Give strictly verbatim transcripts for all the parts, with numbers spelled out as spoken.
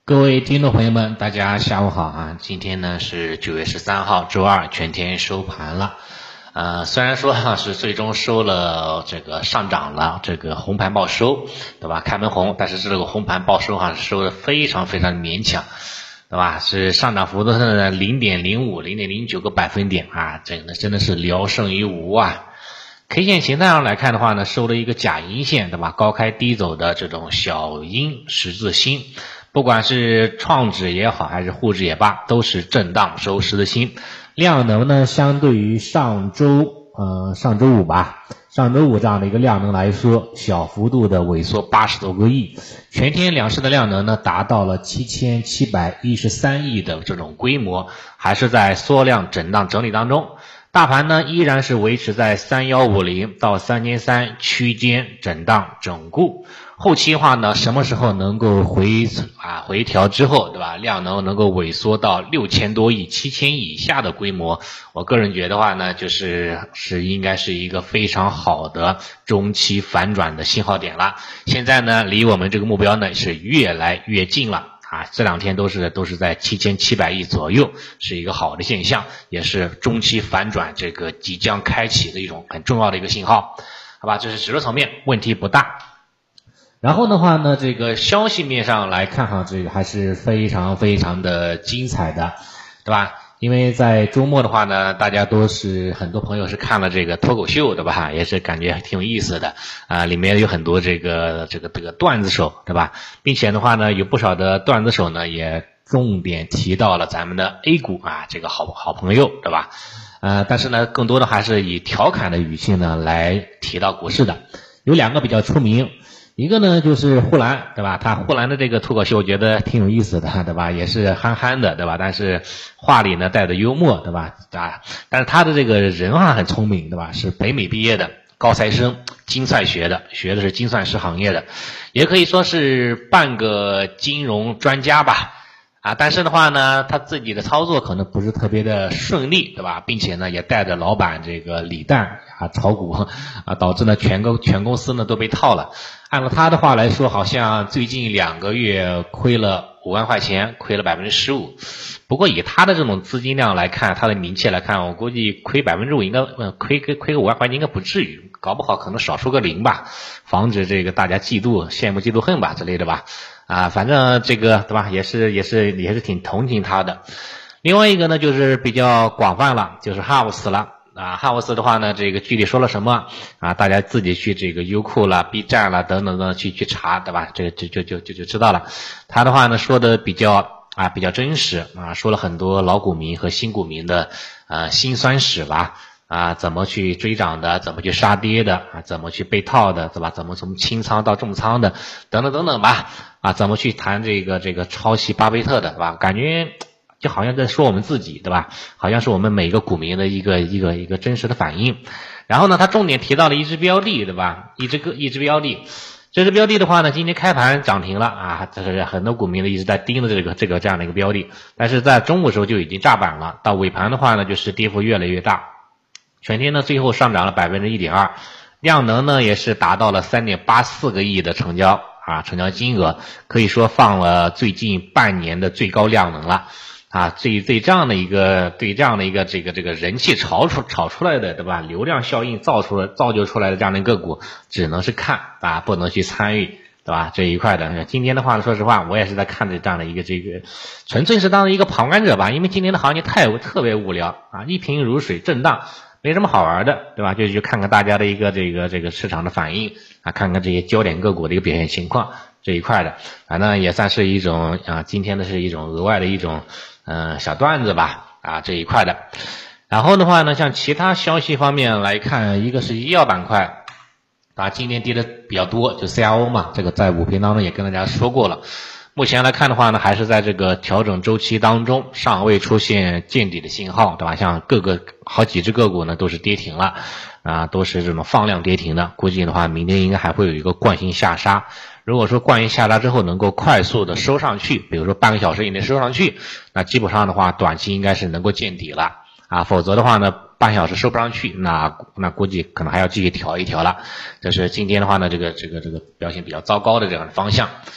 各位听众朋友们，大家下午好啊！今天呢是九月十三号，周二，全天收盘了。呃，虽然说哈、啊、是最终收了这个上涨了，这个红盘报收，对吧？开门红，但是这个红盘报收哈、啊、收的非常非常勉强，对吧？是上涨幅度是 零点零五、零点零九 个百分点啊，这个呢真的是聊胜于无啊。K 线形态上来看的话呢，收了一个假阴线，对吧？高开低走的这种小阴十字星。不管是创指也好，还是沪指也罢，都是震荡收十字星。量能呢，相对于上周呃上周五吧，上周五这样的一个量能来说，小幅度的萎缩八十多个亿。全天两市的量能呢，达到了七千七百一十三亿的这种规模，还是在缩量震荡整理当中。大盘呢，依然是维持在三一五零到三千三百区间震荡整固。后期的话呢，什么时候能够回啊回调之后，对吧？量能能够萎缩到六千多亿、七千亿以下的规模，我个人觉得话呢，就是是应该是一个非常好的中期反转的信号点了。现在呢，离我们这个目标呢是越来越近了。啊，这两天都是都是在七千七百亿左右，是一个好的现象，也是中期反转这个即将开启的一种很重要的一个信号，好吧？这是指数层面问题不大。然后的话呢，这个消息面上来看哈，这个还是非常非常的精彩的，对吧？因为在周末的话呢，大家都是很多朋友是看了这个脱口秀，对吧？也是感觉挺有意思的啊，里面有很多这个这个这个段子手，对吧？并且的话呢，有不少的段子手呢也重点提到了咱们的 A 股啊，这个好好朋友，对吧？呃，但是呢，更多的还是以调侃的语气呢来提到股市的，有两个比较出名。一个呢就是护栏，对吧？他护栏的这个脱口秀我觉得挺有意思的，对吧？也是憨憨的，对吧？但是话里呢带着幽默，对吧？啊，但是他的这个人啊很聪明，对吧？是北美毕业的高材生，精算学的，学的是精算师行业的，也可以说是半个金融专家吧。啊，但是的话呢，他自己的操作可能不是特别的顺利，对吧？并且呢，也带着老板这个李诞啊炒股啊，导致呢全个全公司呢都被套了。按照他的话来说，好像最近两个月亏了五万块钱，亏了百分之十五。不过以他的这种资金量来看，他的名气来看，我估计亏百分之五应该，呃，亏亏亏个五万块钱应该不至于，搞不好可能少出个零吧，防止这个大家嫉妒、羡慕、嫉妒恨吧之类的吧。啊，反正这个对吧，也是也是也是挺同情他的。另外一个呢，就是比较广泛了，就是哈弗斯了。啊，哈弗斯的话呢，这个具体说了什么啊？大家自己去这个优酷啦、B 站啦等等等去去查，对吧？这个就就就就就知道了。他的话呢说的比较啊比较真实啊，说了很多老股民和新股民的呃辛酸史吧。啊，怎么去追涨的，怎么去杀跌的，啊，怎么去被套的，对吧？怎么从清仓到重仓的，等等等等吧。啊，怎么去谈这个这个抄袭巴菲特的，对吧？感觉就好像在说我们自己，对吧？好像是我们每个股民的一个一个一个真实的反应。然后呢，他重点提到了一只标的，对吧？一只个一只标的。这只标的的话呢，今天开盘涨停了啊，这是很多股民呢一直在盯着这个这个这样的一个标的，但是在中午的时候就已经炸板了，到尾盘的话呢，就是跌幅越来越大。全天呢，最后上涨了 百分之一点二， 量能呢也是达到了 三点八四个亿的成交啊，成交金额可以说放了最近半年的最高量能了啊。对对这样的一个对这样的一个这个这个人气炒出炒出来的，对吧？流量效应造出了造就出来的这样的一个股，只能是看啊，不能去参与，对吧？这一块的。今天的话，说实话，我也是在看着这样的一个这个，纯粹是当一个旁观者吧，因为今天的行情太特别无聊啊，一平如水，震荡。没什么好玩的，对吧？就去看看大家的一个这个这个市场的反应啊，看看这些焦点个股的一个表现情况这一块的，反正也算是一种啊，今天的是一种额外的一种嗯、呃、小段子吧啊这一块的。然后的话呢，像其他消息方面来看，一个是医药板块啊，今天跌的比较多，就 C R O 嘛，这个在午评当中也跟大家说过了。目前来看的话呢，还是在这个调整周期当中，尚未出现见底的信号，对吧？像各个好几只个股呢都是跌停了，啊，都是这种放量跌停的。估计的话，明天应该还会有一个惯性下杀。如果说惯性下杀之后能够快速的收上去，比如说半个小时以内收上去，那基本上的话，短期应该是能够见底了啊。否则的话呢，半小时收不上去，那那估计可能还要继续调一调了。这是今天的话呢，这个这个这个表现比较糟糕的这样的方向。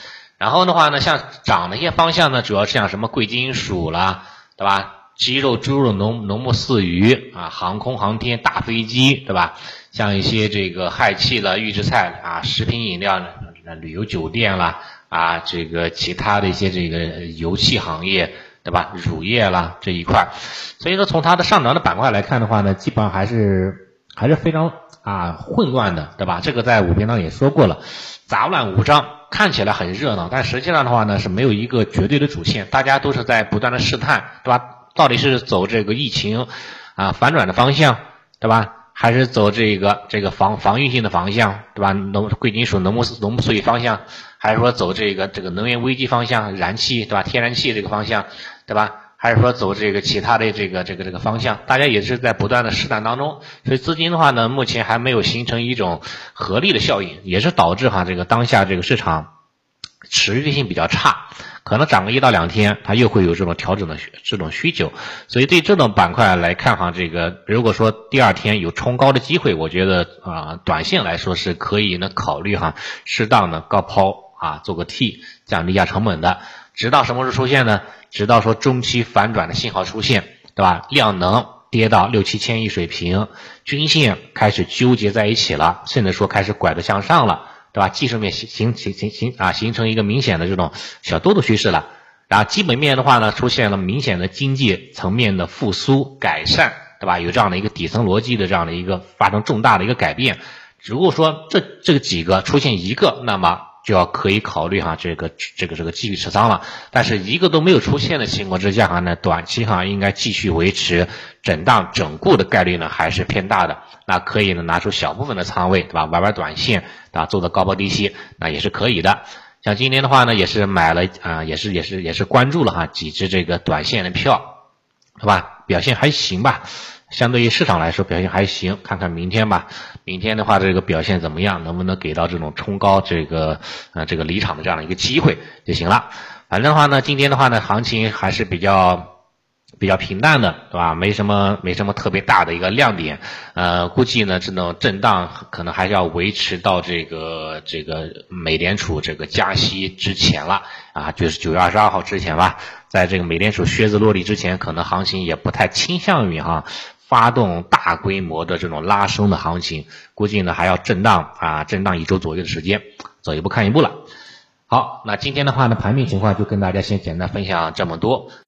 然后的话呢，像涨的一些方向呢，主要是像什么贵金属啦，对吧？鸡肉、猪肉、农农牧饲鱼啊，航空航天、大飞机，对吧？像一些这个氦气了、预制菜啊、食品饮料、旅游酒店啦啊，这个其他的一些这个油气行业，对吧？乳业啦这一块，所以说从它的上涨的板块来看的话呢，基本上还是还是非常啊混乱的，对吧？这个在五篇当中也说过了，杂乱无章。看起来很热闹，但实际上的话呢，是没有一个绝对的主线，大家都是在不断的试探，对吧？到底是走这个疫情啊反转的方向，对吧？还是走这个这个防防御性的方向，对吧？农贵金属、农牧农牧饲鱼方向，还是说走这个这个能源危机方向，燃气，对吧？天然气这个方向，对吧？还是说走这个其他的这个这个这个方向，大家也是在不断的试探当中，所以资金的话呢，目前还没有形成一种合力的效应，也是导致哈这个当下这个市场持续性比较差，可能涨个一到两天，它又会有这种调整的这种需求，所以对这种板块来看哈，这个如果说第二天有冲高的机会，我觉得啊、呃，短线来说是可以呢考虑哈，适当的高抛啊，做个 T， 降低一下成本的。直到什么时候出现呢？直到说中期反转的信号出现，对吧？量能跌到六七千亿水平，均线开始纠结在一起了，甚至说开始拐着向上了，对吧？技术面形形形形啊形成一个明显的这种小多头趋势了。然后基本面的话呢，出现了明显的经济层面的复苏改善，对吧？有这样的一个底层逻辑的这样的一个发生重大的一个改变。如果说这这几个出现一个，那么就要可以考虑哈这个这个这个继续持仓了，但是一个都没有出现的情况之下哈呢，短期哈应该继续维持震荡整固的概率呢还是偏大的，那可以呢拿出小部分的仓位，对吧？玩玩短线，对吧？做的高抛低吸，那也是可以的。像今天的话呢，也是买了啊、呃，也是也是也是关注了哈几只这个短线的票，对吧？表现还行吧。相对于市场来说表现还行，看看明天吧。明天的话这个表现怎么样，能不能给到这种冲高这个呃这个离场的这样的一个机会就行了。反正的话呢，今天的话呢行情还是比较比较平淡的，对吧？没什么没什么特别大的一个亮点，呃，估计呢这种震荡可能还是要维持到这个这个美联储这个加息之前了啊，就是九月二十二号之前吧。在这个美联储靴子落地之前，可能行情也不太倾向于哈发动大规模的这种拉升的行情，估计呢还要震荡啊，震荡一周左右的时间，走一步看一步了。好，那今天的话呢，盘面情况就跟大家先简单分享这么多。